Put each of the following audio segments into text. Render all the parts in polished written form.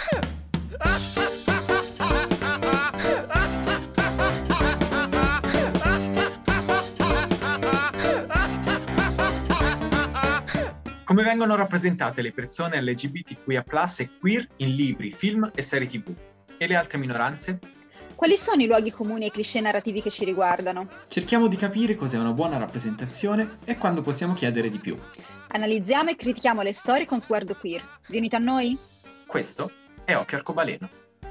Come vengono rappresentate le persone LGBTQIA+ e queer in libri, film e serie TV? E le altre minoranze? Quali sono i luoghi comuni e i cliché narrativi che ci riguardano? Cerchiamo di capire cos'è una buona rappresentazione e quando possiamo chiedere di più. Analizziamo e critichiamo le storie con sguardo queer. Vi unite a noi? Questo è Occhio Arcobaleno.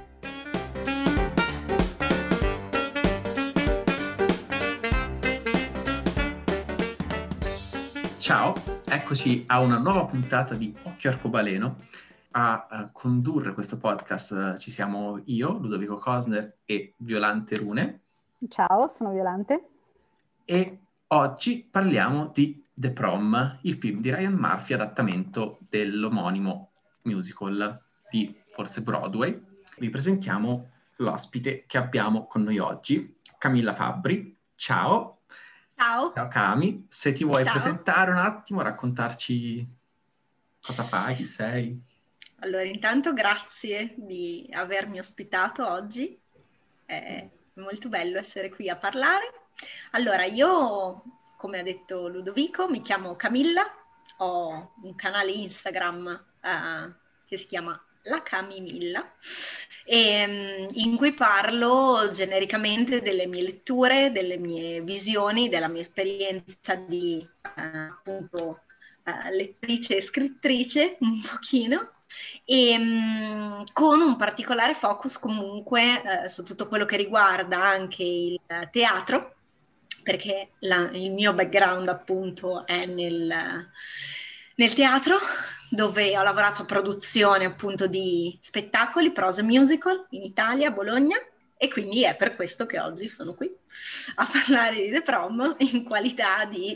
Ciao, eccoci a una nuova puntata di Occhio Arcobaleno. A condurre questo podcast ci siamo io, Ludovico Cosner e Violante Rune. Ciao, sono Violante. E oggi parliamo di The Prom, il film di Ryan Murphy, adattamento dell'omonimo musical di forse Broadway. Vi presentiamo l'ospite che abbiamo con noi oggi, Camilla Fabbri. Ciao. Ciao. Ciao Cami, se ti vuoi Ciao. presentare un attimo, raccontarci cosa fai, chi sei. Allora, intanto grazie di avermi ospitato oggi, è molto bello essere qui a parlare. Allora, io, come ha detto Ludovico, mi chiamo Camilla, ho un canale Instagram che si chiama La Camimilla, in cui parlo genericamente delle mie letture, delle mie visioni, della mia esperienza di appunto lettrice e scrittrice un pochino, e con un particolare focus comunque su tutto quello che riguarda anche il teatro, perché il mio background appunto è nel teatro, dove ho lavorato a produzione appunto di spettacoli, prose musical in Italia, a Bologna, e quindi è per questo che oggi sono qui a parlare di The Prom in qualità di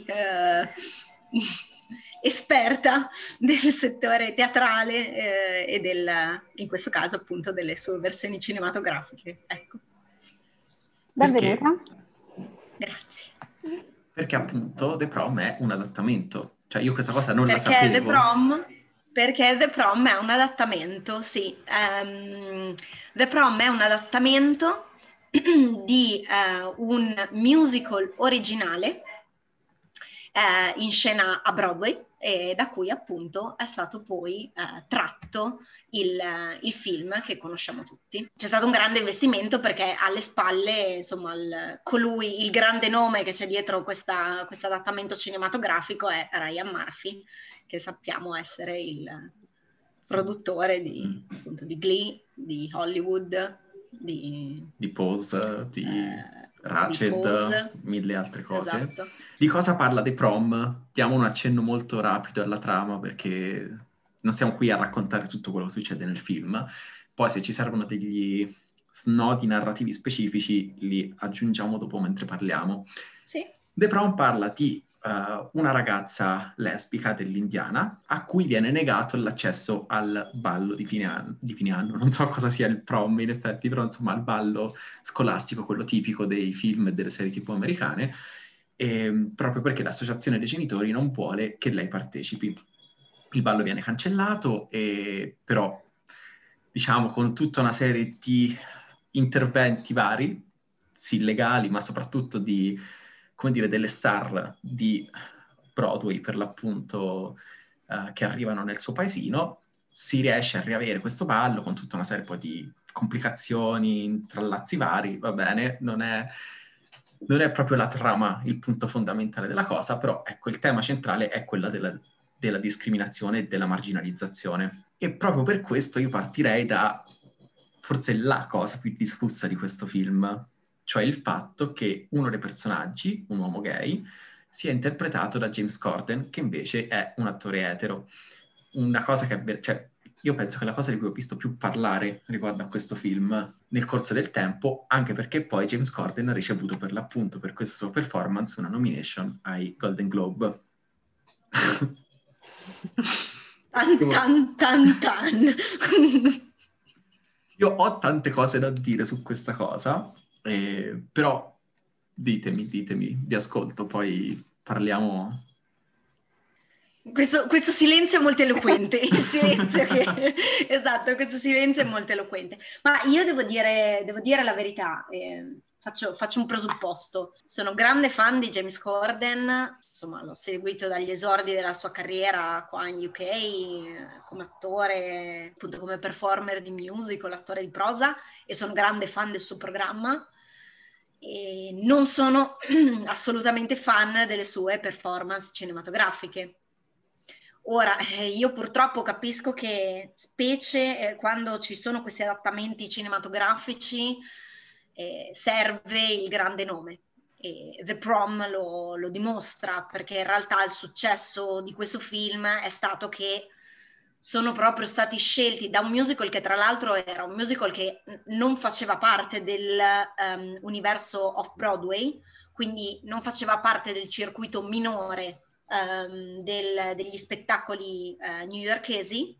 esperta del settore teatrale e in questo caso appunto delle sue versioni cinematografiche. Ecco. Benvenuta. Grazie. Perché appunto The Prom è un adattamento. Cioè io questa cosa non la sapevo. Perché The Prom è un adattamento, sì. The Prom è un adattamento di un musical originale in scena a Broadway, e da cui appunto è stato poi tratto il film che conosciamo tutti. C'è stato un grande investimento perché alle spalle, insomma, il grande nome che c'è dietro questo adattamento cinematografico è Ryan Murphy, che sappiamo essere il produttore appunto, di Glee, di Hollywood, di Pose, di Ratched, di Pose. Mille altre cose. Esatto. Di cosa parla The Prom? Diamo un accenno molto rapido alla trama, perché non siamo qui a raccontare tutto quello che succede nel film. Poi se ci servono degli snodi narrativi specifici li aggiungiamo dopo mentre parliamo. Sì. The Prom parla di una ragazza lesbica dell'Indiana a cui viene negato l'accesso al ballo di fine anno. Non so cosa sia il prom in effetti, però insomma il ballo scolastico, quello tipico dei film e delle serie TV americane, proprio perché l'associazione dei genitori non vuole che lei partecipi. Il ballo viene cancellato, però diciamo con tutta una serie di interventi vari, sì legali, ma soprattutto come dire, delle star di Broadway, per l'appunto, che arrivano nel suo paesino, si riesce a riavere questo ballo con tutta una serie poi di complicazioni, intrallazzi vari, va bene, non è proprio la trama il punto fondamentale della cosa, però ecco, il tema centrale è quella della discriminazione e della marginalizzazione. E proprio per questo io partirei da forse la cosa più discussa di questo film, cioè il fatto che uno dei personaggi, un uomo gay, sia interpretato da James Corden, che invece è un attore etero. Una cosa cioè, io penso che la cosa di cui ho visto più parlare riguardo a questo film nel corso del tempo, anche perché poi James Corden ha ricevuto per l'appunto per questa sua performance una nomination ai Golden Globe. Tan. Io ho tante cose da dire su questa cosa, però ditemi, vi ascolto, poi parliamo. Questo silenzio è molto eloquente, il silenzio che... Esatto, questo silenzio è molto eloquente. Ma io devo dire la verità, faccio un presupposto. Sono grande fan di James Corden, insomma l'ho seguito dagli esordi della sua carriera qua in UK, come attore, appunto come performer di musical, attore di prosa, e sono grande fan del suo programma. E non sono assolutamente fan delle sue performance cinematografiche. Ora, io purtroppo capisco che specie quando ci sono questi adattamenti cinematografici serve il grande nome. E The Prom lo dimostra, perché in realtà il successo di questo film è stato che sono proprio stati scelti da un musical che tra l'altro era un musical che non faceva parte del universo off-Broadway, quindi non faceva parte del circuito minore degli spettacoli newyorkesi,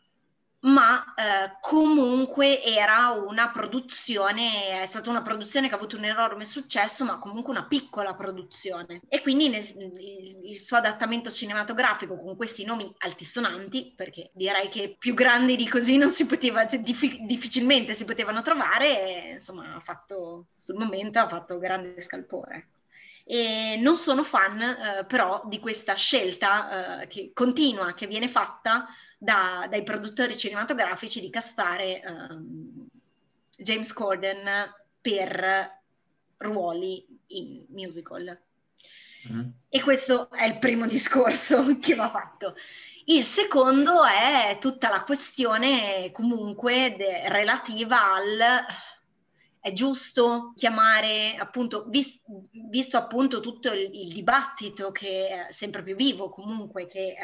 ma comunque era una produzione, è stata una produzione che ha avuto un enorme successo, ma comunque una piccola produzione. E quindi il suo adattamento cinematografico con questi nomi altisonanti, perché direi che più grandi di così non si poteva, difficilmente si potevano trovare, e, insomma, sul momento ha fatto grande scalpore. E non sono fan però di questa scelta che continua, che viene fatta dai produttori cinematografici di castare James Corden per ruoli in musical. E questo è il primo discorso che va fatto. Il secondo è tutta la questione comunque relativa al... È giusto chiamare, appunto, visto appunto tutto il dibattito che è sempre più vivo comunque, che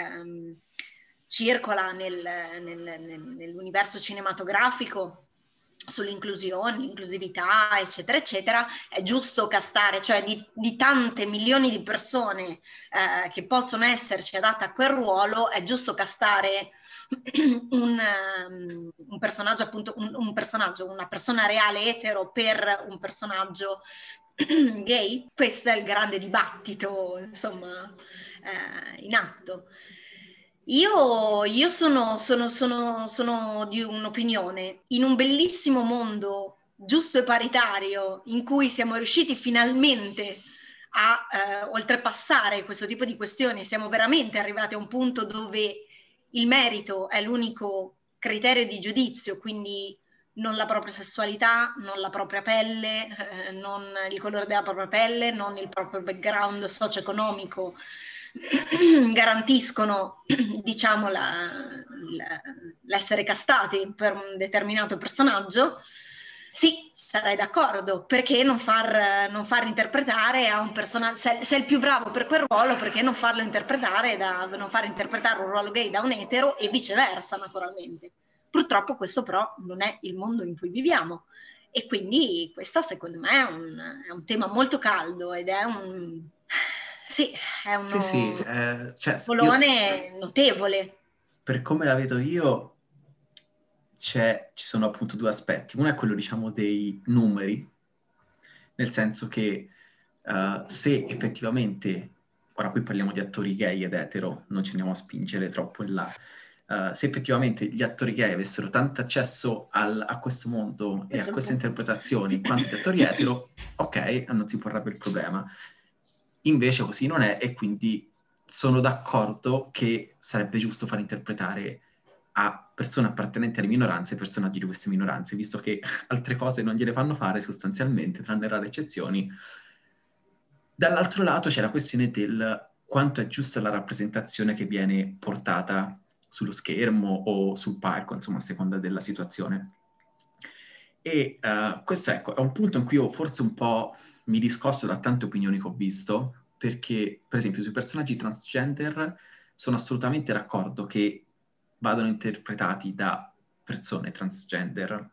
circola nell'universo cinematografico sull'inclusione, l'inclusività, eccetera, eccetera, è giusto castare, cioè di tante milioni di persone che possono esserci adatte a quel ruolo, è giusto castare un personaggio, appunto, un personaggio, una persona reale etero per un personaggio gay. Questo è il grande dibattito, insomma, in atto. Io sono di un'opinione. In un bellissimo mondo giusto e paritario, in cui siamo riusciti finalmente a oltrepassare questo tipo di questioni, siamo veramente arrivati a un punto dove il merito è l'unico criterio di giudizio, quindi non la propria sessualità, non la propria pelle, non il colore della propria pelle, non il proprio background socio-economico garantiscono, diciamo, l'essere castati per un determinato personaggio. Sì, sarei d'accordo, perché non far interpretare a un personaggio, se è il più bravo per quel ruolo, perché non farlo interpretare non far interpretare un ruolo gay da un etero e viceversa, naturalmente. Purtroppo questo però non è il mondo in cui viviamo, e quindi questo secondo me è un tema molto caldo ed è un... Sì, è uno spolone notevole. Per come la vedo io, ci sono appunto due aspetti. Uno è quello, diciamo, dei numeri, nel senso che se effettivamente, ora qui parliamo di attori gay ed etero, non ci andiamo a spingere troppo in là, se effettivamente gli attori gay avessero tanto accesso a questo mondo e a queste interpretazioni quanto gli attori etero, ok, non si porrebbe il problema. Invece così non è, e quindi sono d'accordo che sarebbe giusto far interpretare a persone appartenenti alle minoranze personaggi di queste minoranze, visto che altre cose non gliele fanno fare sostanzialmente, tranne rare eccezioni. Dall'altro lato c'è la questione del quanto è giusta la rappresentazione che viene portata sullo schermo o sul palco, insomma, a seconda della situazione. E questo, ecco, è un punto in cui io forse un po' mi discosto da tante opinioni che ho visto, perché, per esempio, sui personaggi transgender sono assolutamente d'accordo che vadano interpretati da persone transgender,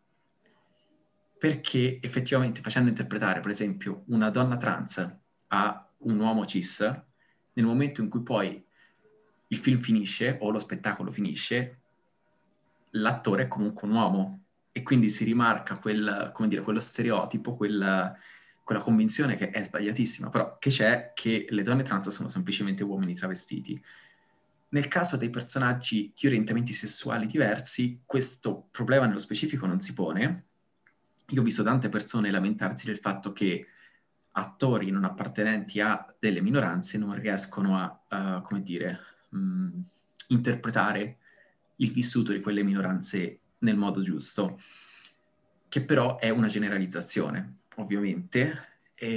perché effettivamente facendo interpretare, per esempio, una donna trans a un uomo cis, nel momento in cui poi il film finisce o lo spettacolo finisce, l'attore è comunque un uomo e quindi si rimarca quello stereotipo, quella convinzione che è sbagliatissima, però che c'è, che le donne trans sono semplicemente uomini travestiti. Nel caso dei personaggi di orientamenti sessuali diversi, questo problema nello specifico non si pone. Io ho visto tante persone lamentarsi del fatto che attori non appartenenti a delle minoranze non riescono come dire, interpretare il vissuto di quelle minoranze nel modo giusto, che però è una generalizzazione, ovviamente,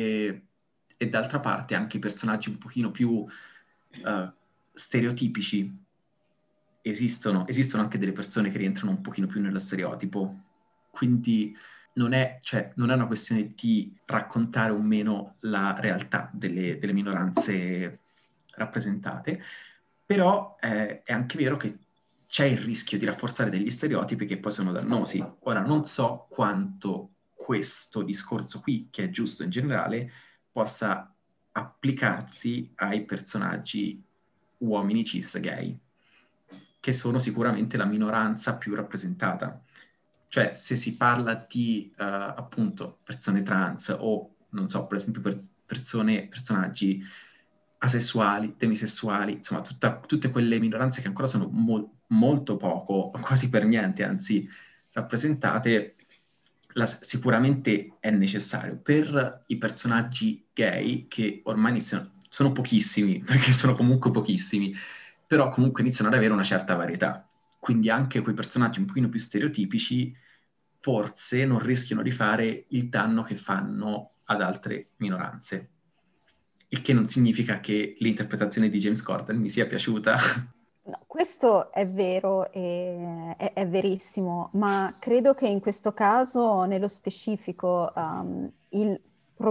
e d'altra parte anche i personaggi un pochino più stereotipici esistono anche delle persone che rientrano un pochino più nello stereotipo, quindi non è una questione di raccontare o meno la realtà delle minoranze rappresentate, però è anche vero che c'è il rischio di rafforzare degli stereotipi che poi sono dannosi. Ora, non so quanto questo discorso qui, che è giusto in generale, possa applicarsi ai personaggi uomini cis gay, che sono sicuramente la minoranza più rappresentata. Cioè, se si parla di, appunto, persone trans o, non so, per esempio personaggi asessuali, demisessuali, insomma, tutte quelle minoranze che ancora sono molto poco, quasi per niente, anzi, rappresentate, sicuramente è necessario. Per i personaggi gay, che ormai sono pochissimi, perché sono comunque pochissimi, però comunque iniziano ad avere una certa varietà. Quindi anche quei personaggi un pochino più stereotipici forse non rischiano di fare il danno che fanno ad altre minoranze. Il che non significa che l'interpretazione di James Corden mi sia piaciuta. No, questo è vero, è verissimo, ma credo che in questo caso, nello specifico, il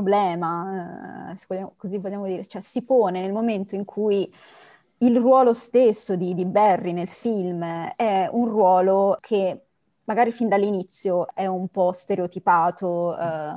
problema, se così vogliamo dire, cioè si pone nel momento in cui il ruolo stesso di Barry nel film è un ruolo che magari fin dall'inizio è un po' stereotipato.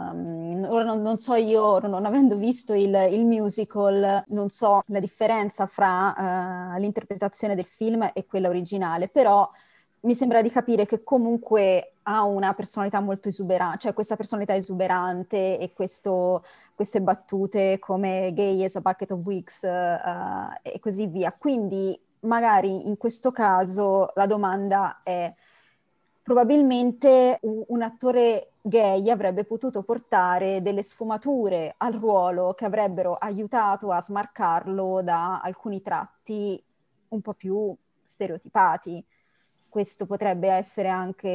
Ora non so io, non avendo visto il musical, non so la differenza fra l'interpretazione del film e quella originale, però mi sembra di capire che comunque ha una personalità molto esuberante, cioè questa personalità esuberante e queste battute come gay as a bucket of wigs e così via. Quindi magari in questo caso la domanda è: probabilmente un attore gay avrebbe potuto portare delle sfumature al ruolo che avrebbero aiutato a smarcarlo da alcuni tratti un po' più stereotipati. Questo potrebbe essere anche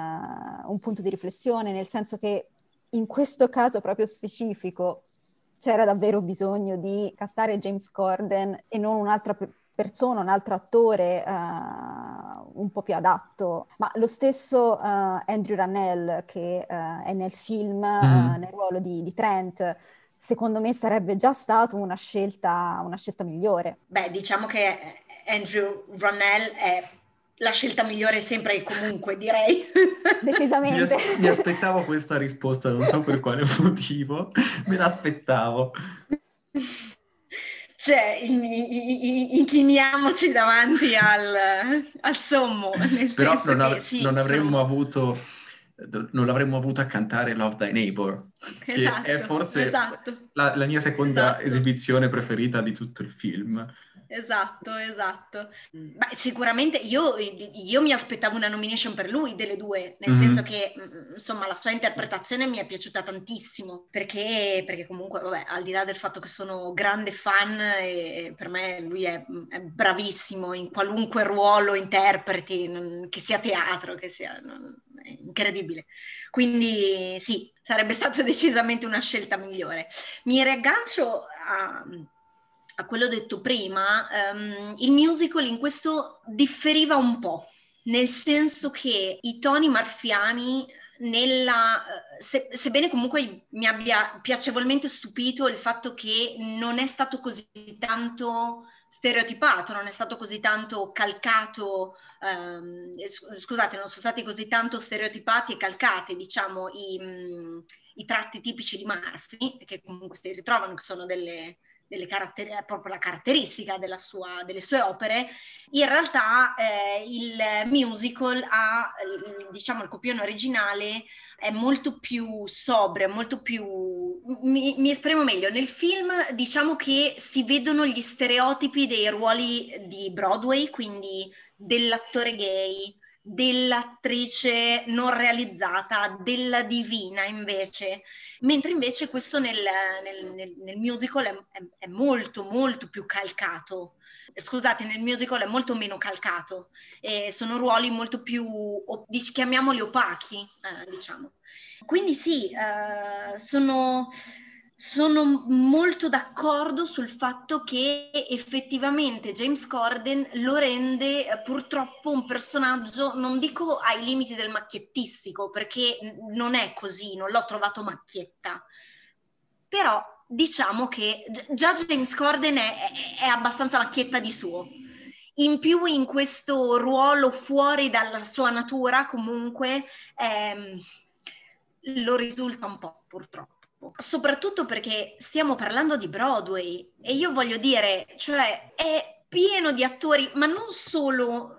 un punto di riflessione, nel senso che in questo caso proprio specifico c'era davvero bisogno di castare James Corden e non un'altra persona, un altro attore un po' più adatto. Ma lo stesso Andrew Rannell, che è nel film, nel ruolo di Trent, secondo me sarebbe già stata una scelta migliore. Beh, diciamo che Andrew Rannell è la scelta migliore sempre e comunque, direi. Decisamente. Mi aspettavo questa risposta, non so per quale motivo, me l'aspettavo. Cioè, inchiniamoci davanti al sommo, nel Però senso che sì, non avremmo avuto a cantare Love Thy Neighbor, che è forse esatto, la mia seconda esatto. esibizione preferita di tutto il film. Esatto. Beh, sicuramente io mi aspettavo una nomination per lui delle due, nel senso che insomma la sua interpretazione mi è piaciuta tantissimo, perché comunque, vabbè, al di là del fatto che sono grande fan, e per me lui è bravissimo in qualunque ruolo interpreti, che sia teatro, che sia... è incredibile. Quindi sì, sarebbe stata decisamente una scelta migliore. Mi riaggancio a quello detto prima. Il musical in questo differiva un po', nel senso che i toni marfiani sebbene comunque mi abbia piacevolmente stupito il fatto che non è stato così tanto stereotipato, non è stato così tanto calcato, scusate, non sono stati così tanto stereotipati e calcati, diciamo, i tratti tipici di Murphy, che comunque si ritrovano, che sono delle proprio la caratteristica delle sue opere, in realtà il musical ha, diciamo, il copione originale è molto più sobrio, molto più... Mi esprimo meglio. Nel film diciamo che si vedono gli stereotipi dei ruoli di Broadway, quindi dell'attore gay, dell'attrice non realizzata, della divina invece, mentre invece questo nel musical è molto molto più calcato. Scusate, nel musical è molto meno calcato, sono ruoli molto più, chiamiamoli opachi, diciamo. Quindi sì, sono molto d'accordo sul fatto che effettivamente James Corden lo rende purtroppo un personaggio, non dico ai limiti del macchiettistico, perché non è così, non l'ho trovato macchietta, però diciamo che già James Corden è abbastanza macchietta di suo. In più in questo ruolo fuori dalla sua natura comunque lo risulta un po', purtroppo. Soprattutto perché stiamo parlando di Broadway e io voglio dire, cioè è pieno di attori, ma non solo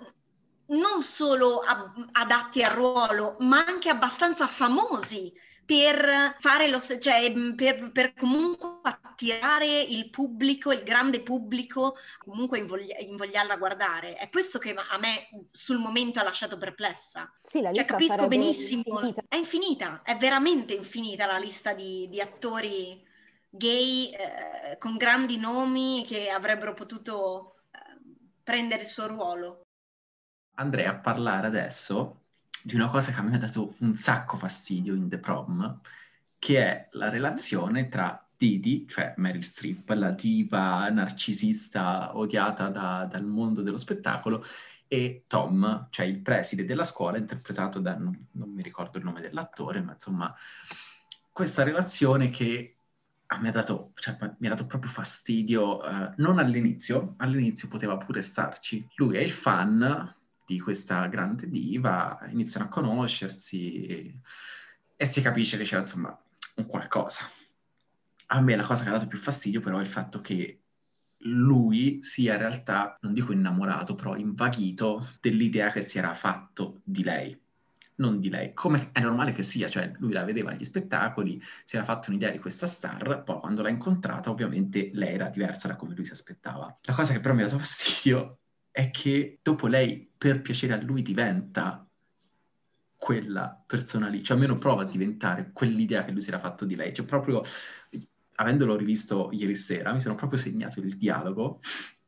adatti al ruolo, ma anche abbastanza famosi per fare cioè per comunque attirare il pubblico, il grande pubblico, comunque invogliarla a guardare. È questo che a me sul momento ha lasciato perplessa. Sì, la Cioè, lista capisco sarebbe benissimo, infinita. è infinita, è veramente infinita la lista di attori gay con grandi nomi che avrebbero potuto prendere il suo ruolo. Andrei a parlare adesso di una cosa che a me ha dato un sacco fastidio in The Prom, che è la relazione tra Didi, cioè Meryl Streep, la diva narcisista odiata dal mondo dello spettacolo, e Tom, cioè il preside della scuola, interpretato da, non mi ricordo il nome dell'attore, ma insomma, questa relazione che cioè, mi ha dato proprio fastidio, non all'inizio poteva pure starci. Lui è il fan di questa grande diva, iniziano a conoscersi e si capisce che c'è insomma un qualcosa. A me la cosa che ha dato più fastidio però è il fatto che lui sia in realtà, non dico innamorato, però invaghito dell'idea che si era fatto di lei. Non di lei, come è normale che sia, cioè lui la vedeva agli spettacoli, si era fatto un'idea di questa star, poi quando l'ha incontrata ovviamente lei era diversa da come lui si aspettava. La cosa che però mi ha dato fastidio è che dopo lei, per piacere a lui, diventa quella persona lì, cioè almeno prova a diventare quell'idea che lui si era fatto di lei, cioè proprio, avendolo rivisto ieri sera, mi sono proprio segnato il dialogo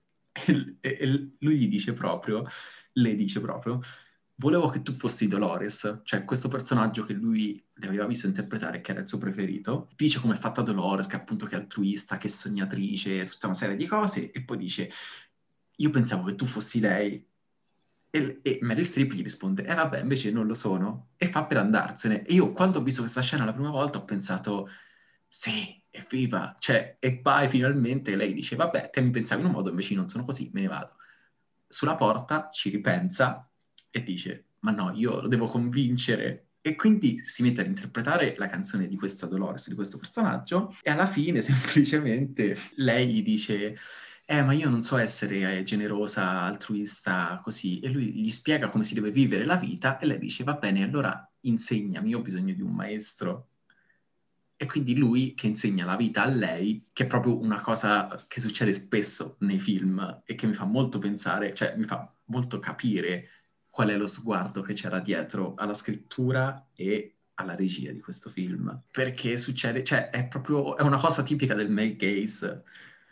e lui gli dice proprio, le dice proprio, volevo che tu fossi Dolores, cioè questo personaggio che lui le aveva visto interpretare, che era il suo preferito, dice come è fatta Dolores, che appunto che è altruista, che è sognatrice, tutta una serie di cose, e poi dice, io pensavo che tu fossi lei, e Meryl Streep gli risponde, vabbè, invece non lo sono, e fa per andarsene. E io quando ho visto questa scena la prima volta ho pensato, sì, evviva, cioè, e vai finalmente, e lei dice, vabbè, te mi pensavi in un modo, invece non sono così, me ne vado. Sulla porta ci ripensa e dice, ma no, io lo devo convincere. E quindi si mette ad interpretare la canzone di questa Dolores, di questo personaggio, e alla fine semplicemente lei gli dice, ma io non so essere generosa, altruista, così. E lui gli spiega come si deve vivere la vita e lei dice, va bene, allora insegnami, io ho bisogno di un maestro. E quindi lui che insegna la vita a lei, che è proprio una cosa che succede spesso nei film e che mi fa molto pensare, cioè mi fa molto capire qual è lo sguardo che c'era dietro alla scrittura e alla regia di questo film. Perché succede, cioè è proprio, è una cosa tipica del male gaze.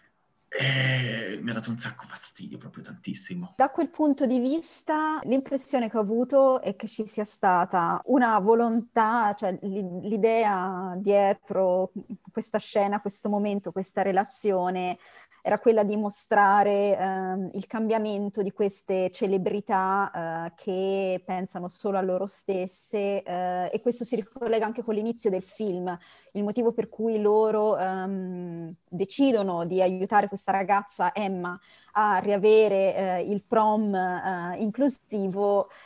E mi ha dato un sacco fastidio, proprio tantissimo. Da quel punto di vista, l'impressione che ho avuto è che ci sia stata una volontà, cioè l'idea dietro questa scena, questo momento, questa relazione, era quella di mostrare il cambiamento di queste celebrità che pensano solo a loro stesse, e questo si ricollega anche con l'inizio del film. Il motivo per cui loro decidono di aiutare questa ragazza Emma a riavere il prom inclusivo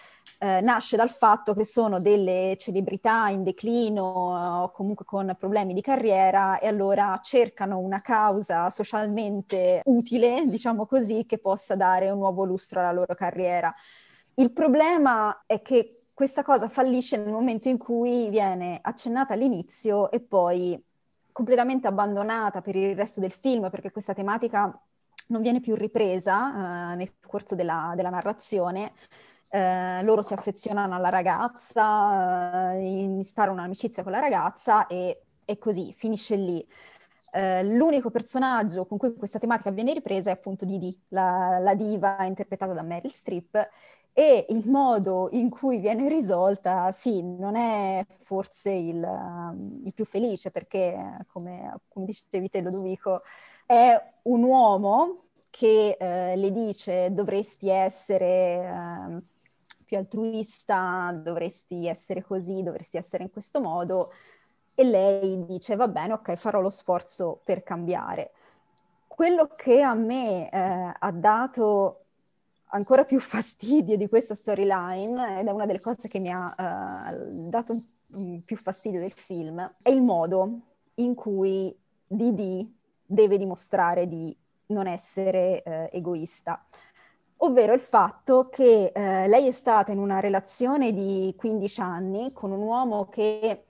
nasce dal fatto che sono delle celebrità in declino o comunque con problemi di carriera e allora cercano una causa socialmente utile, diciamo così, che possa dare un nuovo lustro alla loro carriera. Il problema è che questa cosa fallisce nel momento in cui viene accennata all'inizio e poi completamente abbandonata per il resto del film, perché questa tematica non viene più ripresa nel corso della narrazione. Loro si affezionano alla ragazza, instaurano un'amicizia con la ragazza e così, finisce lì. L'unico personaggio con cui questa tematica viene ripresa è appunto Didi, la diva interpretata da Meryl Streep, e il modo in cui viene risolta, sì, non è forse il più felice, perché, come dicevi te, Lodovico, è un uomo che le dice dovresti essere più altruista, dovresti essere così, dovresti essere in questo modo, e lei dice va bene, ok, farò lo sforzo per cambiare. Quello che a me ha dato ancora più fastidio di questa storyline, ed è una delle cose che mi ha dato più fastidio del film, è il modo in cui Didi deve dimostrare di non essere egoista. Ovvero il fatto che lei è stata in una relazione di 15 anni con un uomo che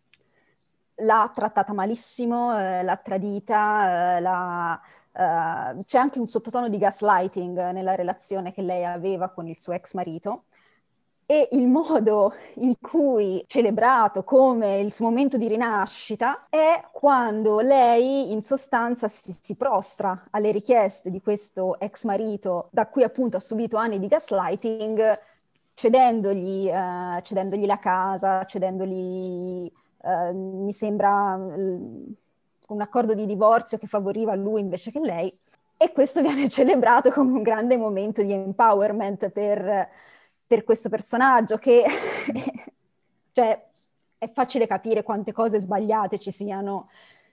l'ha trattata malissimo, l'ha tradita, c'è anche un sottotono di gaslighting nella relazione che lei aveva con il suo ex marito, e il modo in cui celebrato come il suo momento di rinascita è quando lei in sostanza si prostra alle richieste di questo ex marito, da cui appunto ha subito anni di gaslighting, cedendogli la casa, cedendogli mi sembra un accordo di divorzio che favoriva lui invece che lei, e questo viene celebrato come un grande momento di empowerment per questo personaggio che cioè è facile capire quante cose sbagliate ci siano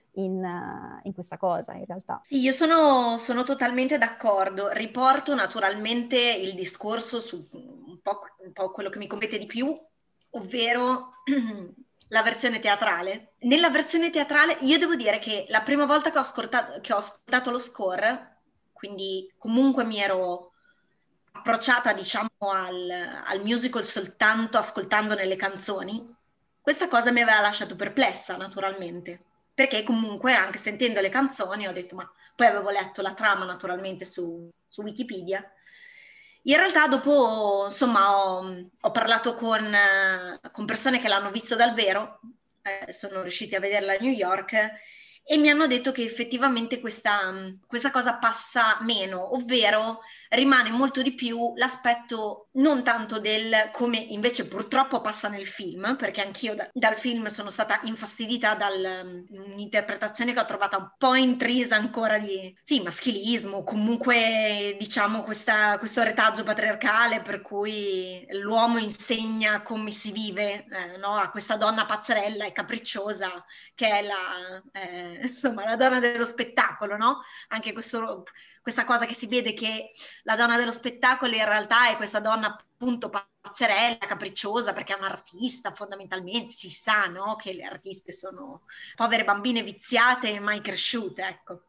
in questa cosa in realtà. Sì, io sono totalmente d'accordo. Riporto naturalmente il discorso su un po' quello che mi compete di più, ovvero la versione teatrale. Nella versione teatrale io devo dire che la prima volta che ho ascoltato lo score, quindi comunque mi ero approcciata, diciamo, al musical soltanto ascoltandone le canzoni, questa cosa mi aveva lasciato perplessa, naturalmente, perché comunque anche sentendo le canzoni ho detto, ma poi avevo letto la trama naturalmente su Wikipedia. In realtà dopo, insomma, ho parlato con persone che l'hanno visto dal vero, sono riusciti a vederla a New York, e mi hanno detto che effettivamente questa cosa passa meno, ovvero rimane molto di più l'aspetto non tanto del come invece purtroppo passa nel film, perché anch'io dal film sono stata infastidita un'interpretazione che ho trovato un po' intrisa ancora di sì, maschilismo, comunque diciamo questo retaggio patriarcale per cui l'uomo insegna come si vive, no? A questa donna pazzerella e capricciosa che è insomma, la donna dello spettacolo, no? Anche questa cosa che si vede che la donna dello spettacolo in realtà è questa donna appunto pazzerella, capricciosa, perché è un'artista fondamentalmente, si sa, no? Che le artiste sono povere bambine viziate e mai cresciute, ecco.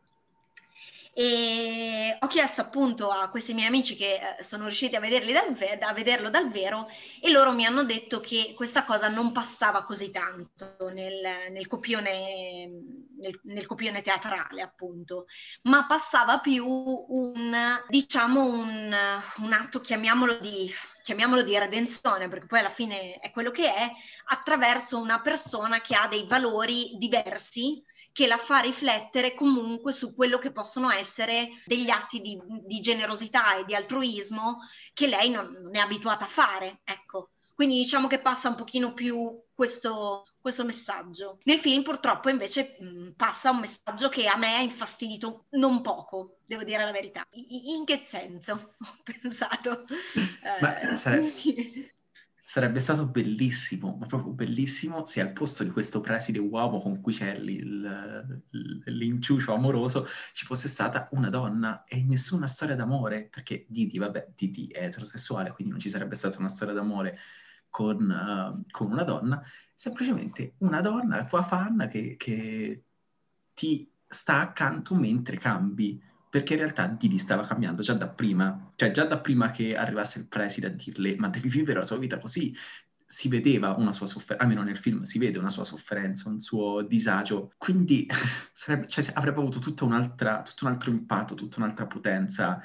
E ho chiesto appunto a questi miei amici che sono riusciti a vederlo dal vero, e loro mi hanno detto che questa cosa non passava così tanto nel copione teatrale, appunto, ma passava più un atto, chiamiamolo di redenzione, perché poi alla fine è quello che è, attraverso una persona che ha dei valori diversi, che la fa riflettere comunque su quello che possono essere degli atti di generosità e di altruismo che lei non è abituata a fare, ecco. Quindi diciamo che passa un pochino più questo messaggio. Nel film purtroppo invece passa un messaggio che a me ha infastidito non poco, devo dire la verità. In che senso? Ho pensato. Sarebbe stato bellissimo, ma proprio bellissimo, se al posto di questo preside uomo con cui c'è l'inciucio amoroso ci fosse stata una donna e nessuna storia d'amore, perché Didi è eterosessuale, quindi non ci sarebbe stata una storia d'amore con una donna, semplicemente una donna, tua fan, che ti sta accanto mentre cambi, perché in realtà Didi stava cambiando già da prima, cioè già da prima che arrivasse il preside a dirle ma devi vivere la tua vita così. Si vedeva una sua sofferenza, almeno nel film si vede una sua sofferenza, un suo disagio, quindi avrebbe avuto tutto un altro impatto, tutta un'altra potenza.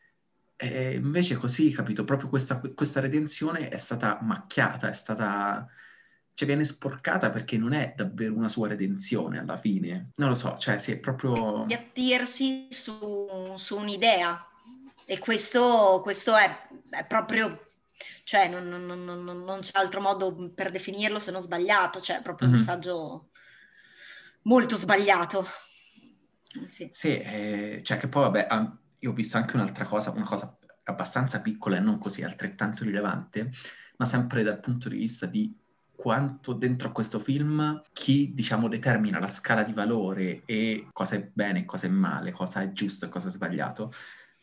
E invece così, capito, proprio questa redenzione è stata macchiata, cioè viene sporcata perché non è davvero una sua redenzione alla fine. Non lo so, cioè sì, è proprio... Attirsi su un'idea, e questo è proprio, cioè non c'è altro modo per definirlo se non sbagliato, cioè è proprio un messaggio molto sbagliato. Sì, Cioè che poi vabbè, io ho visto anche un'altra cosa, una cosa abbastanza piccola e non così altrettanto rilevante, ma sempre dal punto di vista di quanto dentro a questo film chi, diciamo, determina la scala di valore e cosa è bene e cosa è male, cosa è giusto e cosa è sbagliato,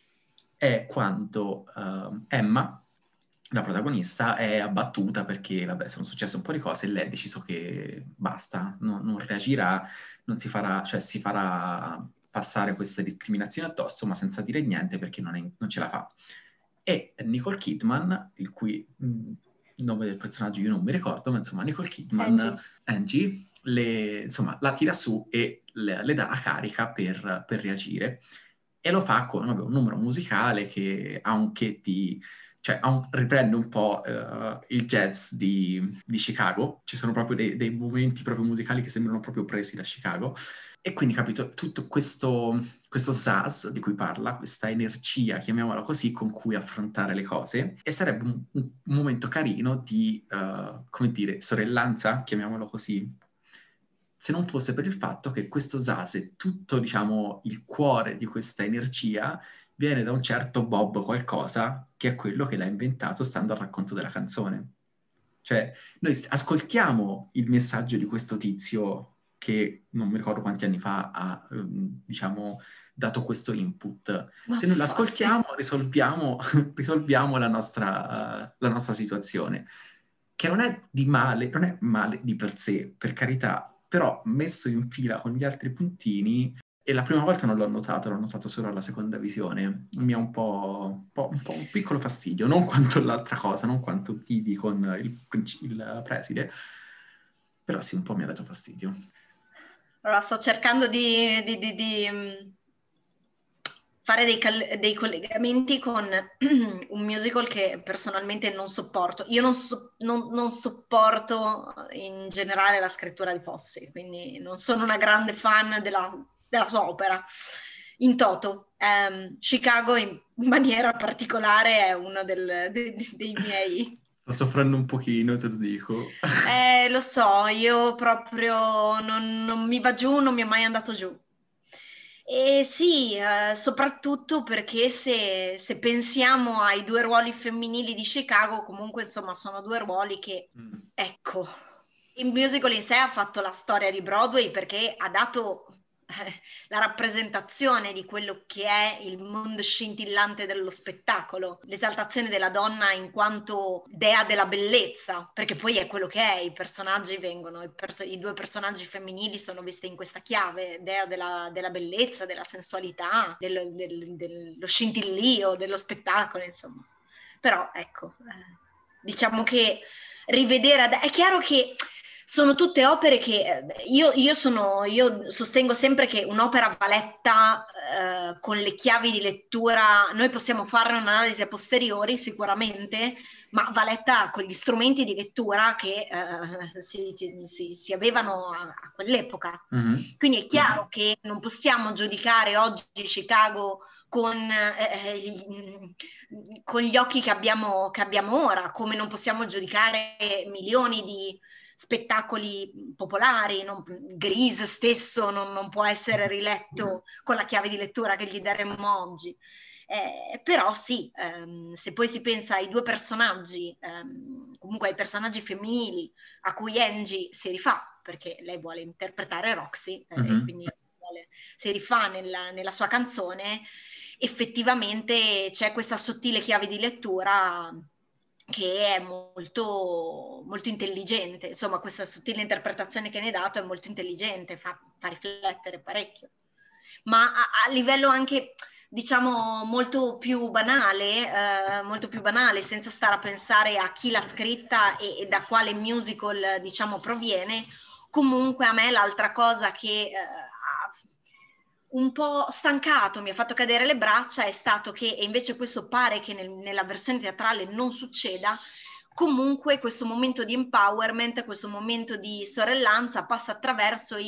è quando Emma, la protagonista, è abbattuta perché, vabbè, sono successe un po' di cose e lei ha deciso che basta, non reagirà, non si farà, cioè si farà passare queste discriminazioni addosso, ma senza dire niente perché non ce la fa. E Nicole Kidman, il cui nome del personaggio io non mi ricordo, ma insomma Nicole Kidman, Angie insomma, la tira su e le dà la carica per reagire. E lo fa con vabbè, un numero musicale che ha un che di... cioè riprende un po' il jazz di Chicago. Ci sono proprio dei momenti proprio musicali che sembrano proprio presi da Chicago. E quindi, capito, tutto questo zazz di cui parla, questa energia, chiamiamola così, con cui affrontare le cose. E sarebbe un momento carino di, come dire, sorellanza, chiamiamolo così, se non fosse per il fatto che questo Zase, tutto, diciamo, il cuore di questa energia, viene da un certo Bob qualcosa, che è quello che l'ha inventato stando al racconto della canzone. Cioè, noi ascoltiamo il messaggio di questo tizio che non mi ricordo quanti anni fa ha, diciamo, dato questo input. ma Se noi forse l'ascoltiamo, risolviamo la nostra situazione, che non è di male, non è male di per sé, per carità, però messo in fila con gli altri puntini, e la prima volta non l'ho notato solo alla seconda visione, mi ha un piccolo fastidio, non quanto l'altra cosa, non quanto Tibi con il preside, però sì, un po' mi ha dato fastidio. allora sto cercando di fare dei collegamenti con un musical che personalmente non sopporto. Io non sopporto in generale la scrittura di Fossi, quindi non sono una grande fan della sua opera. In toto, Chicago in maniera particolare è uno dei miei... Sto soffrendo un pochino, te lo dico. Lo so, io proprio non mi va giù, non mi è mai andato giù. E sì, soprattutto perché se pensiamo ai due ruoli femminili di Chicago, comunque insomma sono due ruoli che, ecco, il musical in sé ha fatto la storia di Broadway perché ha dato la rappresentazione di quello che è il mondo scintillante dello spettacolo, l'esaltazione della donna in quanto dea della bellezza, perché poi è quello che è, i personaggi vengono, i due personaggi femminili sono visti in questa chiave, dea della bellezza, della sensualità, dello scintillio, dello spettacolo, insomma. Però ecco, diciamo che rivedere, è chiaro che sono tutte opere che io sostengo sempre che un'opera va letta con le chiavi di lettura, noi possiamo fare un'analisi a posteriori sicuramente, ma va letta con gli strumenti di lettura che si avevano a quell'epoca. Mm-hmm. Quindi è chiaro che non possiamo giudicare oggi Chicago con gli occhi che abbiamo ora, come non possiamo giudicare milioni di spettacoli popolari, Grease stesso non può essere riletto con la chiave di lettura che gli daremmo oggi. Però sì, se poi si pensa ai due personaggi, comunque ai personaggi femminili a cui Angie si rifà, perché lei vuole interpretare Roxy, e quindi si rifà nella sua canzone, effettivamente c'è questa sottile chiave di lettura che è molto, molto intelligente, insomma questa sottile interpretazione che ne hai dato è molto intelligente, fa riflettere parecchio, ma a livello anche diciamo molto più banale, senza stare a pensare a chi l'ha scritta e da quale musical diciamo proviene. Comunque a me l'altra cosa che ha un po' stancato, mi ha fatto cadere le braccia, è stato che, e invece questo pare che nella versione teatrale non succeda, comunque questo momento di empowerment, questo momento di sorellanza passa attraverso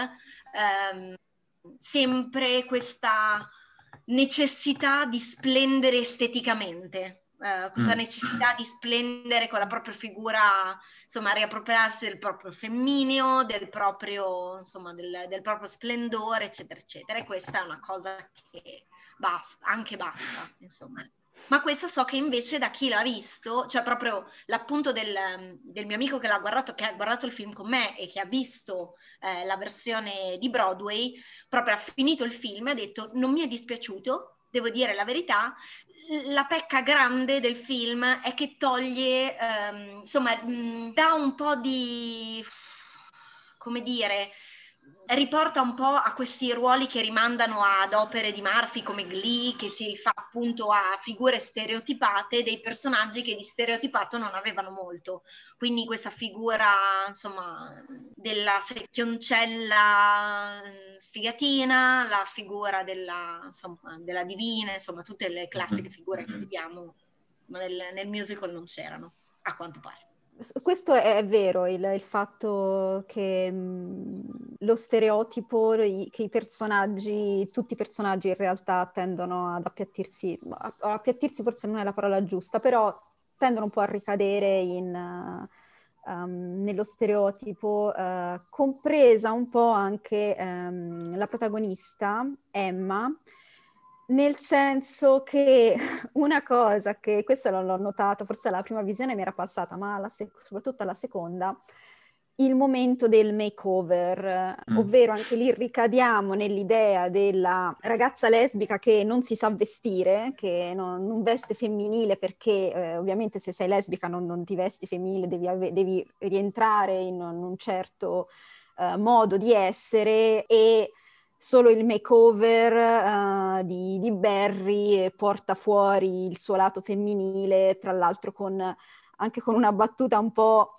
sempre questa necessità di splendere esteticamente, questa necessità di splendere con la propria figura, insomma, riappropriarsi del proprio femmineo, del proprio, insomma, del proprio splendore, eccetera, eccetera. E questa è una cosa che basta, insomma. Ma questa so che invece da chi l'ha visto, cioè proprio l'appunto del mio amico che l'ha guardato, che ha guardato il film con me e che ha visto la versione di Broadway, proprio ha finito il film e ha detto non mi è dispiaciuto, devo dire la verità, la pecca grande del film è che toglie, insomma, dà un po' di, come dire, riporta un po' a questi ruoli che rimandano ad opere di Murphy come Glee, che si fa appunto a figure stereotipate dei personaggi che di stereotipato non avevano molto. Quindi questa figura, insomma, della secchioncella sfigatina, la figura della divina, insomma, tutte le classiche figure che vediamo, ma nel musical non c'erano, a quanto pare. Questo è vero, il fatto che lo stereotipo, che i personaggi, tutti i personaggi in realtà tendono ad appiattirsi forse non è la parola giusta, però tendono un po' a ricadere nello stereotipo, compresa un po' anche la protagonista, Emma, nel senso che una cosa che, questo l'ho notato, forse alla prima visione mi era passata, ma soprattutto alla seconda, il momento del makeover, ovvero anche lì ricadiamo nell'idea della ragazza lesbica che non si sa vestire, che non veste femminile perché ovviamente se sei lesbica non ti vesti femminile, devi rientrare in un certo modo di essere, e solo il makeover di Barry porta fuori il suo lato femminile, tra l'altro anche con una battuta un po'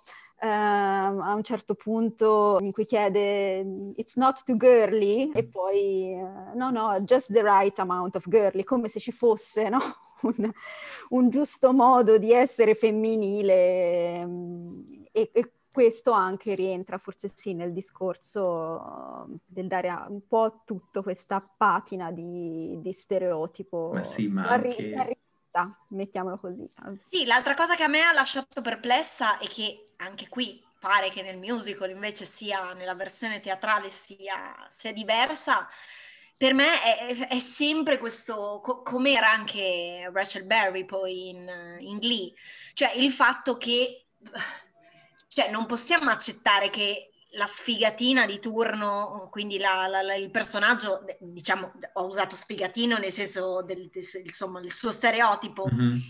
a un certo punto in cui chiede "It's not too girly", e poi no, just the right amount of girly, come se ci fosse, no? un giusto modo di essere femminile, e questo anche rientra forse sì nel discorso del dare un po' a tutto questa patina di stereotipo. Ma sì, ma anche... Mettiamolo così. Sì, l'altra cosa che a me ha lasciato perplessa è che anche qui pare che nel musical invece sia, nella versione teatrale sia diversa. Per me è sempre questo, come era anche Rachel Berry poi in Glee, cioè il fatto che cioè, non possiamo accettare che la sfigatina di turno, quindi il personaggio, diciamo, ho usato sfigatino nel senso insomma, il suo stereotipo,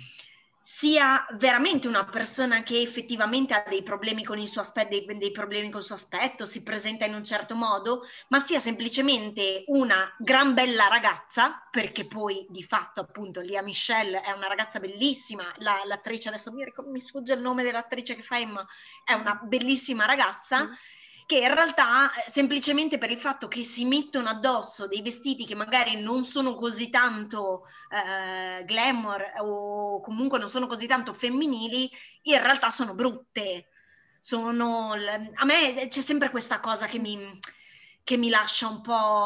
sia veramente una persona che effettivamente ha dei problemi con il suo aspetto, dei problemi col suo aspetto, si presenta in un certo modo, ma sia semplicemente una gran bella ragazza, perché poi di fatto appunto Lea Michele è una ragazza bellissima, l'attrice, adesso mi sfugge il nome dell'attrice che fa Emma, è una bellissima ragazza, che in realtà semplicemente per il fatto che si mettono addosso dei vestiti che magari non sono così tanto glamour o comunque non sono così tanto femminili, in realtà sono brutte. A me c'è sempre questa cosa che mi lascia un po'...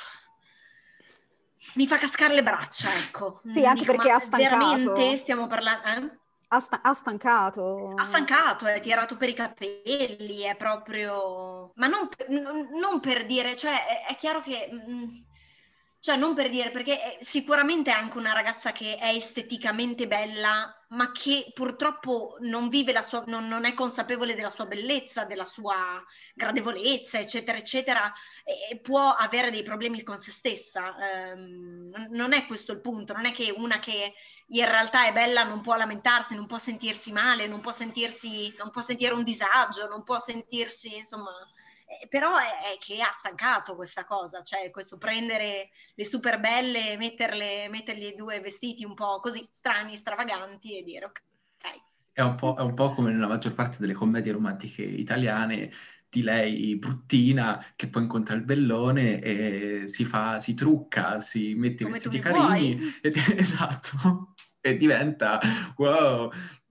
mi fa cascare le braccia, ecco. Sì, anche perché ha stancato. Veramente stiamo parlando... Ha stancato. Ha stancato, è tirato per i capelli, è proprio... Ma non per dire, cioè è chiaro che Cioè, non per dire, perché sicuramente è anche una ragazza che è esteticamente bella, ma che purtroppo non vive la sua, non è consapevole della sua bellezza, della sua gradevolezza, eccetera, eccetera, e può avere dei problemi con se stessa. Non è questo il punto, non è che una che in realtà è bella non può lamentarsi, non può sentirsi male, non può sentire un disagio, non può sentirsi, insomma... Però è che ha stancato questa cosa, cioè questo prendere le super belle, mettergli due vestiti un po' così strani, stravaganti e dire ok. È un po' come nella maggior parte delle commedie romantiche italiane, di lei bruttina che poi incontra il bellone e si trucca, si mette i Come tu vestiti mi carini, vuoi. esatto, e diventa wow.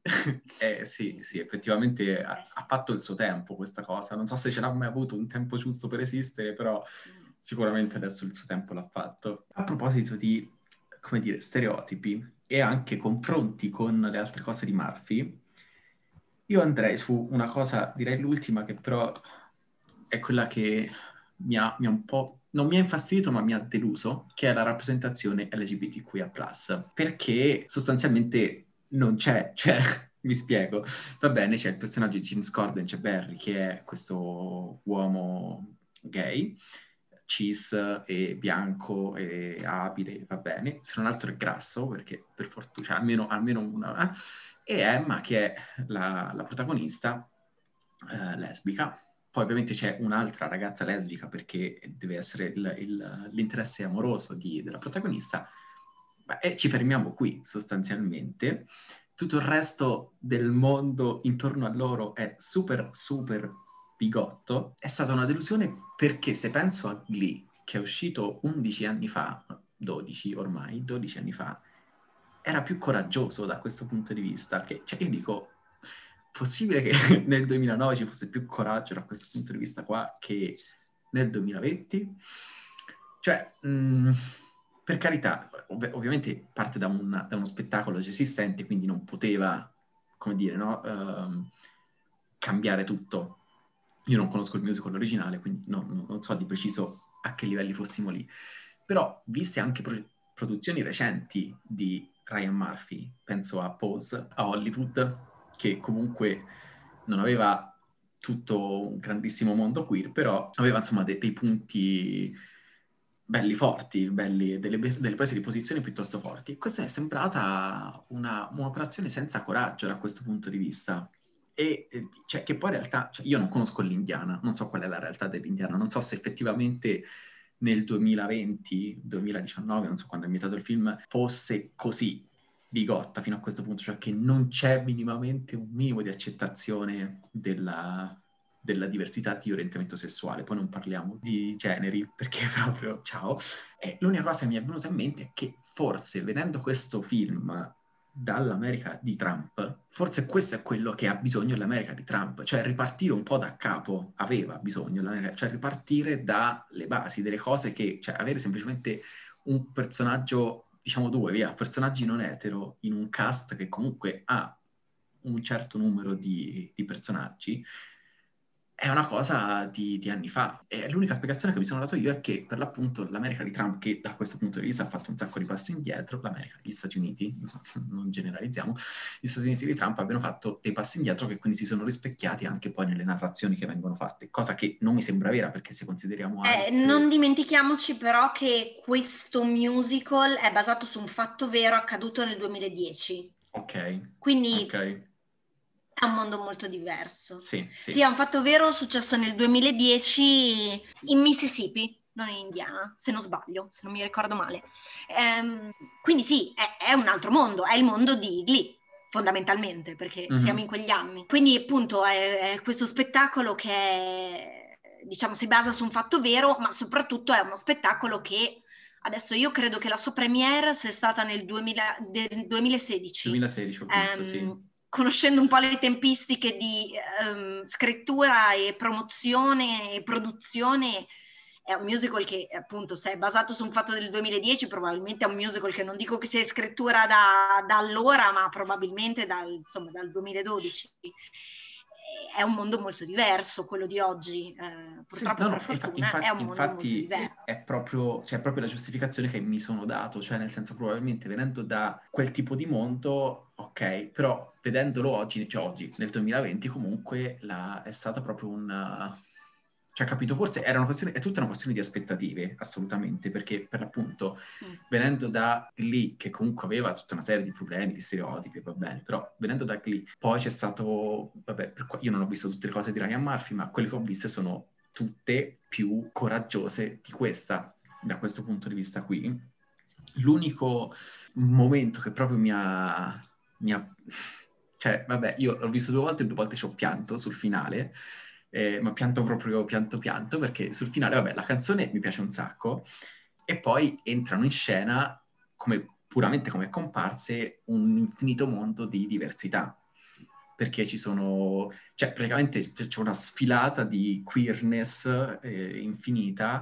Sì, effettivamente ha fatto il suo tempo questa cosa. Non so se ce l'ha mai avuto un tempo giusto per esistere, però sicuramente adesso il suo tempo l'ha fatto. A proposito di, come dire, stereotipi e anche confronti con le altre cose di Murphy, io andrei su una cosa, direi l'ultima, che però è quella che mi ha un po', non mi ha infastidito, ma mi ha deluso, che è la rappresentazione LGBTQIA+, perché sostanzialmente non c'è, cioè, mi spiego. Va bene, c'è il personaggio di James Corden, c'è Barry, che è questo uomo gay, cis e bianco e abile, va bene. Se non altro è grasso, perché per fortuna, cioè, almeno una... E Emma, che è la protagonista, lesbica. Poi ovviamente c'è un'altra ragazza lesbica perché deve essere l'interesse amoroso della protagonista. E ci fermiamo qui, sostanzialmente. Tutto il resto del mondo intorno a loro è super, super bigotto. È stata una delusione perché se penso a Glee, che è uscito 11 anni fa, 12 ormai, 12 anni fa, era più coraggioso da questo punto di vista. Cioè io dico, possibile che nel 2009 ci fosse più coraggio da questo punto di vista qua che nel 2020? Cioè, per carità, ovviamente parte da uno spettacolo già esistente, quindi non poteva, come dire, no, cambiare tutto. Io non conosco il musical originale, quindi non so di preciso a che livelli fossimo lì. Però, viste anche produzioni recenti di Ryan Murphy, penso a Pose, a Hollywood, che comunque non aveva tutto un grandissimo mondo queer, però aveva insomma dei punti belli forti, delle prese di posizione piuttosto forti. E questa mi è sembrata un'operazione senza coraggio da questo punto di vista. E cioè, che poi in realtà, cioè, io non conosco l'Indiana, non so qual è la realtà dell'Indiana, non so se effettivamente nel 2020-2019, non so quando è ambientato il film, fosse così bigotta fino a questo punto, cioè che non c'è minimamente un minimo di accettazione della diversità di orientamento sessuale. Poi non parliamo di generi, perché proprio ciao. E l'unica cosa che mi è venuta in mente è che forse vedendo questo film dall'America di Trump, forse questo è quello che ha bisogno l'America di Trump, cioè ripartire un po' da capo, aveva bisogno l'America, cioè ripartire dalle basi, delle cose che, cioè avere semplicemente un personaggio, diciamo due, via, personaggi non etero in un cast che comunque ha un certo numero di personaggi, è una cosa di anni fa. E l'unica spiegazione che mi sono dato io è che, per l'appunto, l'America di Trump, che da questo punto di vista ha fatto un sacco di passi indietro, l'America, gli Stati Uniti, non generalizziamo, gli Stati Uniti di Trump abbiano fatto dei passi indietro che quindi si sono rispecchiati anche poi nelle narrazioni che vengono fatte, cosa che non mi sembra vera, perché se consideriamo altre... Non dimentichiamoci però che questo musical è basato su un fatto vero accaduto nel 2010. Ok. Quindi ok. è un mondo molto diverso. Sì. Sì, è un fatto vero successo nel 2010 in Mississippi, non in Indiana, se non sbaglio, se non mi ricordo male. Quindi sì, è un altro mondo, è il mondo di Glee, fondamentalmente, perché siamo in quegli anni. Quindi appunto è questo spettacolo che è, diciamo, si basa su un fatto vero, ma soprattutto è uno spettacolo che adesso io credo che la sua premiere sia stata nel 2016. 2016 ho visto, sì. Conoscendo un po' le tempistiche di scrittura e promozione e produzione, è un musical che appunto se è basato su un fatto del 2010 probabilmente è un musical che non dico che sia scrittura da allora, ma probabilmente dal 2012. è un mondo molto diverso quello di oggi, purtroppo per fortuna è un mondo molto diverso. È proprio, cioè, è proprio la giustificazione che mi sono dato, cioè nel senso probabilmente venendo da quel tipo di mondo, ok, però vedendolo oggi, cioè oggi, nel 2020 comunque è stata proprio cioè capito, forse è tutta una questione di aspettative, assolutamente, perché per l'appunto venendo da Glee, che comunque aveva tutta una serie di problemi, di stereotipi, va bene, però venendo da Glee, poi c'è stato, vabbè, io non ho visto tutte le cose di Ryan Murphy, ma quelle che ho viste sono tutte più coraggiose di questa, da questo punto di vista qui. L'unico momento che proprio cioè, vabbè, io l'ho visto 2 volte e 2 volte ci ho pianto sul finale, ma pianto proprio pianto, perché sul finale, vabbè, la canzone mi piace un sacco, e poi entrano in scena, puramente come comparse, un infinito mondo di diversità, perché ci sono, cioè praticamente c'è una sfilata di queerness infinita,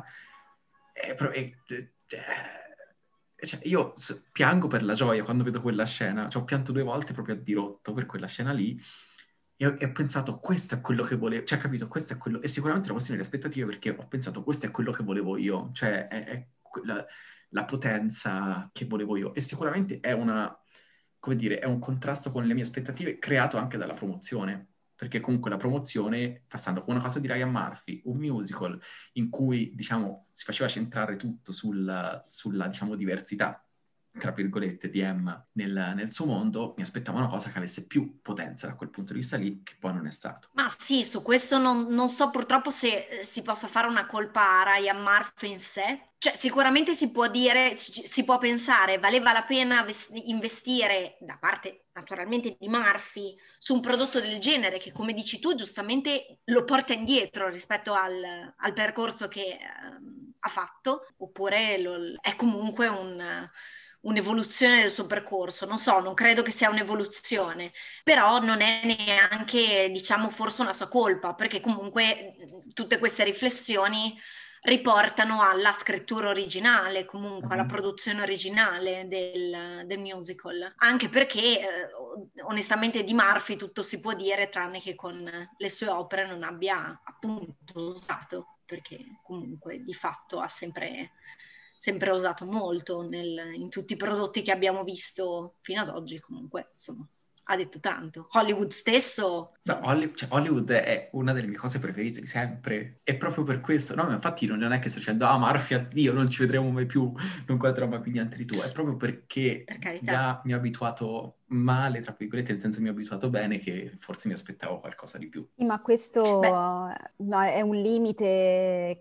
cioè, io piango per la gioia quando vedo quella scena, cioè ho pianto 2 volte proprio a dirotto per quella scena lì, e ho pensato, questo è quello che volevo, cioè capito, questo è quello, e sicuramente è una questione di aspettative, perché ho pensato, questo è quello che volevo io, cioè è la potenza che volevo io, e sicuramente è come dire, è un contrasto con le mie aspettative creato anche dalla promozione, perché comunque la promozione, passando una cosa di Ryan Murphy, un musical in cui, diciamo, si faceva centrare tutto sulla diciamo, diversità, tra virgolette, di Emma nel suo mondo, mi aspettavo una cosa che avesse più potenza da quel punto di vista lì, che poi non è stato. Ma sì, su questo non so purtroppo se si possa fare una colpa a Ryan Murphy in sé. Cioè, sicuramente si può dire, si può pensare, valeva la pena investire, da parte naturalmente di Murphy, su un prodotto del genere che, come dici tu, giustamente lo porta indietro rispetto al percorso che ha fatto, oppure è comunque un'evoluzione del suo percorso. Non so, non credo che sia un'evoluzione, però non è neanche, diciamo, forse una sua colpa, perché comunque tutte queste riflessioni riportano alla scrittura originale, comunque alla produzione originale del musical, anche perché onestamente di Murphy tutto si può dire tranne che con le sue opere non abbia appunto usato, perché comunque di fatto ha sempre usato molto in tutti i prodotti che abbiamo visto fino ad oggi, comunque insomma ha detto tanto. Hollywood stesso... No, Hollywood è una delle mie cose preferite di sempre, e proprio per questo, no, ma infatti non è che sto dicendo, Murphy, addio, non ci vedremo mai più, non guarderò mai più niente di tu, è proprio perché Per carità. mi ha abituato male, tra virgolette, nel senso mi ha abituato bene, che forse mi aspettavo qualcosa di più. Sì, ma questo no, è un limite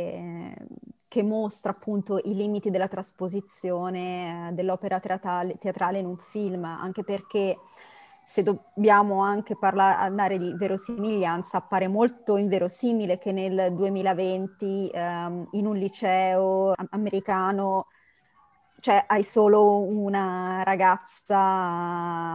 che mostra appunto i limiti della trasposizione dell'opera teatrale in un film, anche perché se dobbiamo anche andare di verosimiglianza, appare molto inverosimile che nel 2020 in un liceo americano, cioè hai solo una ragazza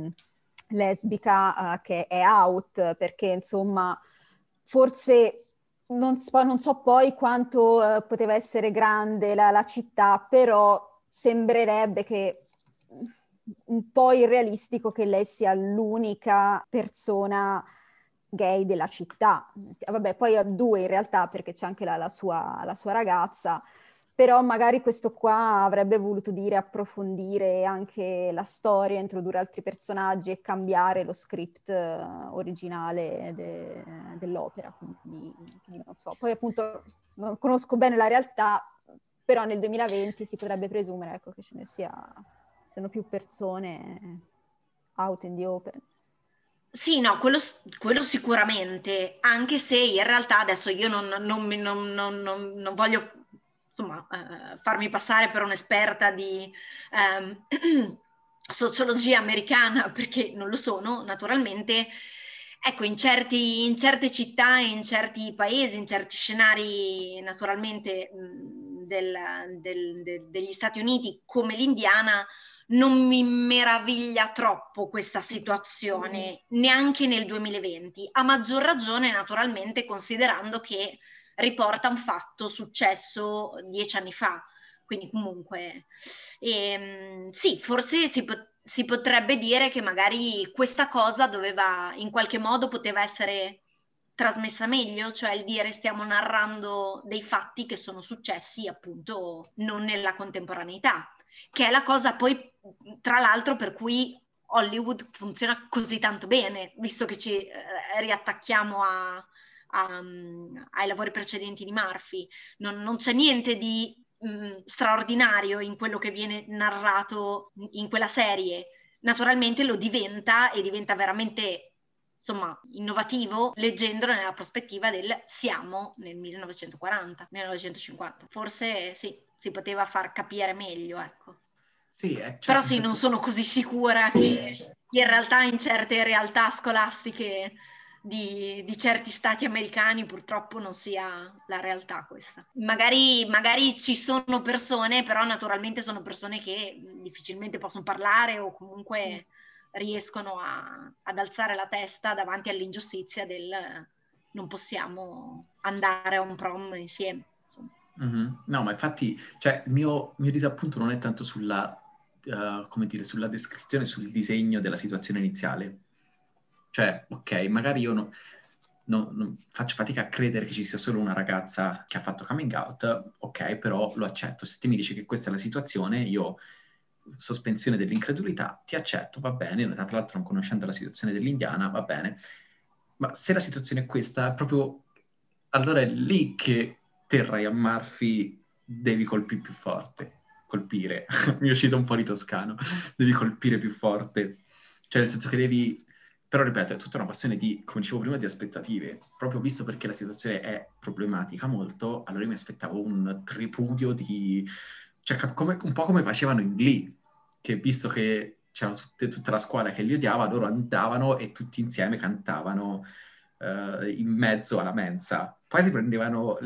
lesbica che è out, perché insomma forse non so poi quanto poteva essere grande la città, però sembrerebbe che un po' irrealistico che lei sia l'unica persona gay della città. Vabbè, poi ha 2 in realtà, perché c'è anche la sua ragazza, però magari questo qua avrebbe voluto dire approfondire anche la storia, introdurre altri personaggi e cambiare lo script originale dell'opera, quindi non so. Poi appunto non conosco bene la realtà, però nel 2020 si potrebbe presumere, ecco, che ce ne siano più persone out in the open. Sì, no, quello sicuramente, anche se in realtà adesso io non voglio insomma farmi passare per un'esperta di sociologia americana, perché non lo sono, naturalmente. Ecco, in certe città, in certi paesi, in certi scenari naturalmente degli Stati Uniti come l'Indiana, non mi meraviglia troppo questa situazione, neanche nel 2020, a maggior ragione naturalmente considerando che riporta un fatto successo 10 anni fa, quindi comunque sì, forse si potrebbe dire che magari questa cosa in qualche modo poteva essere trasmessa meglio, cioè il dire stiamo narrando dei fatti che sono successi appunto non nella contemporaneità, che è la cosa poi tra l'altro per cui Hollywood funziona così tanto bene, visto che ci riattacchiamo ai lavori precedenti di Murphy. Non c'è niente di straordinario in quello che viene narrato in quella serie. Naturalmente lo diventa e diventa veramente insomma innovativo leggendolo nella prospettiva del siamo nel 1940, 1950. Forse sì, si poteva far capire meglio, ecco. Sì, cioè, però nel sì, non senso- sono così sicura che in realtà in certe realtà scolastiche di certi stati americani purtroppo non sia la realtà questa. Magari ci sono persone, però naturalmente sono persone che difficilmente possono parlare o comunque riescono ad alzare la testa davanti all'ingiustizia del non possiamo andare a un prom insieme. Insomma. Mhm. No, ma infatti, cioè, il mio disappunto non è tanto sulla, come dire, sulla descrizione, sul disegno della situazione iniziale. Cioè, ok, magari io non faccio fatica a credere che ci sia solo una ragazza che ha fatto coming out, ok, però lo accetto. Se te mi dici che questa è la situazione, io, sospensione dell'incredulità, ti accetto, va bene, tra l'altro non conoscendo la situazione dell'Indiana, va bene. Ma se la situazione è questa, proprio allora è lì che te, Ryan Murphy, devi colpire più forte. Colpire, mi è uscito un po' di toscano, devi colpire più forte. Cioè, nel senso che devi... Però, ripeto, è tutta una questione di, come dicevo prima, di aspettative. Proprio visto perché la situazione è problematica molto, allora io mi aspettavo un tripudio di... Cioè, un po' come facevano in Glee, che visto che c'era tutta la squadra che li odiava, loro andavano e tutti insieme cantavano in mezzo alla mensa. Poi si prendevano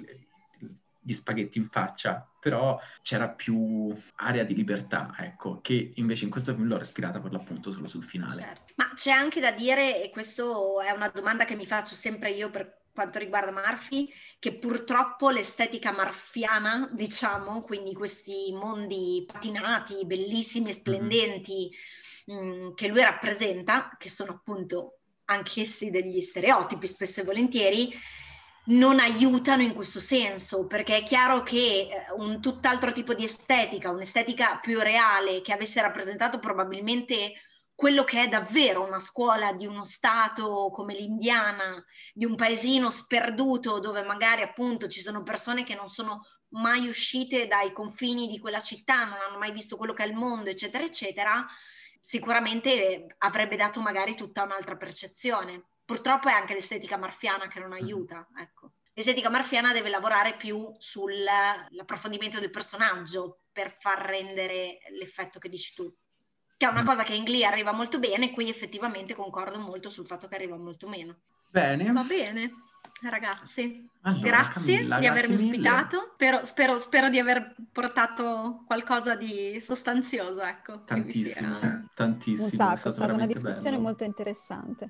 gli spaghetti in faccia, però c'era più area di libertà, ecco, che invece in questo film l'ho respirata per l'appunto solo sul finale. Certo. Ma c'è anche da dire, e questa è una domanda che mi faccio sempre io per quanto riguarda Murphy, che purtroppo l'estetica marfiana, diciamo, quindi questi mondi patinati, bellissimi e splendenti, che lui rappresenta, che sono appunto anch'essi degli stereotipi spesso e volentieri, non aiutano in questo senso, perché è chiaro che un tutt'altro tipo di estetica, un'estetica più reale, che avesse rappresentato probabilmente quello che è davvero una scuola di uno stato come l'Indiana, di un paesino sperduto dove magari appunto ci sono persone che non sono mai uscite dai confini di quella città, non hanno mai visto quello che è il mondo, eccetera, eccetera, sicuramente avrebbe dato magari tutta un'altra percezione. Purtroppo è anche l'estetica marfiana che non aiuta, ecco. L'estetica marfiana deve lavorare più sull'approfondimento del personaggio per far rendere l'effetto che dici tu. Che è una cosa che in Glee arriva molto bene, qui effettivamente concordo molto sul fatto che arriva molto meno. Bene. Va bene, ragazzi. Allora, Grazie Camilla, di avermi grazie mille. ospitato. Spero di aver portato qualcosa di sostanzioso, ecco. che vi sia- Tantissimo, Un tantissimo, è sacco, è stato stata una veramente discussione bello. molto interessante.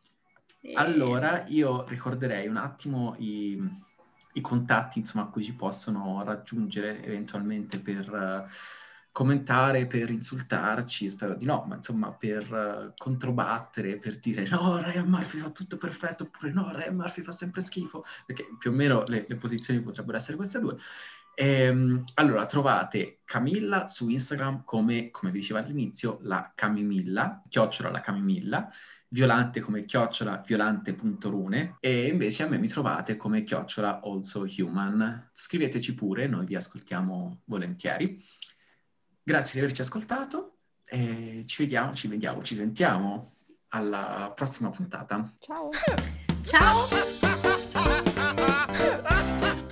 Allora, io ricorderei un attimo i contatti, insomma, a cui ci possono raggiungere eventualmente per commentare, per insultarci, spero di no, ma insomma per controbattere, per dire no, Ryan Murphy fa tutto perfetto, oppure no, Ryan Murphy fa sempre schifo, perché più o meno le posizioni potrebbero essere queste due. Allora, trovate Camilla su Instagram come vi dicevo all'inizio, la Camimilla, @ la Camimilla, Violante come @ violante.rune e invece a me mi trovate come @ alsohuman. Scriveteci pure, noi vi ascoltiamo volentieri. Grazie di averci ascoltato e ci vediamo, ci sentiamo alla prossima puntata. Ciao! Ciao!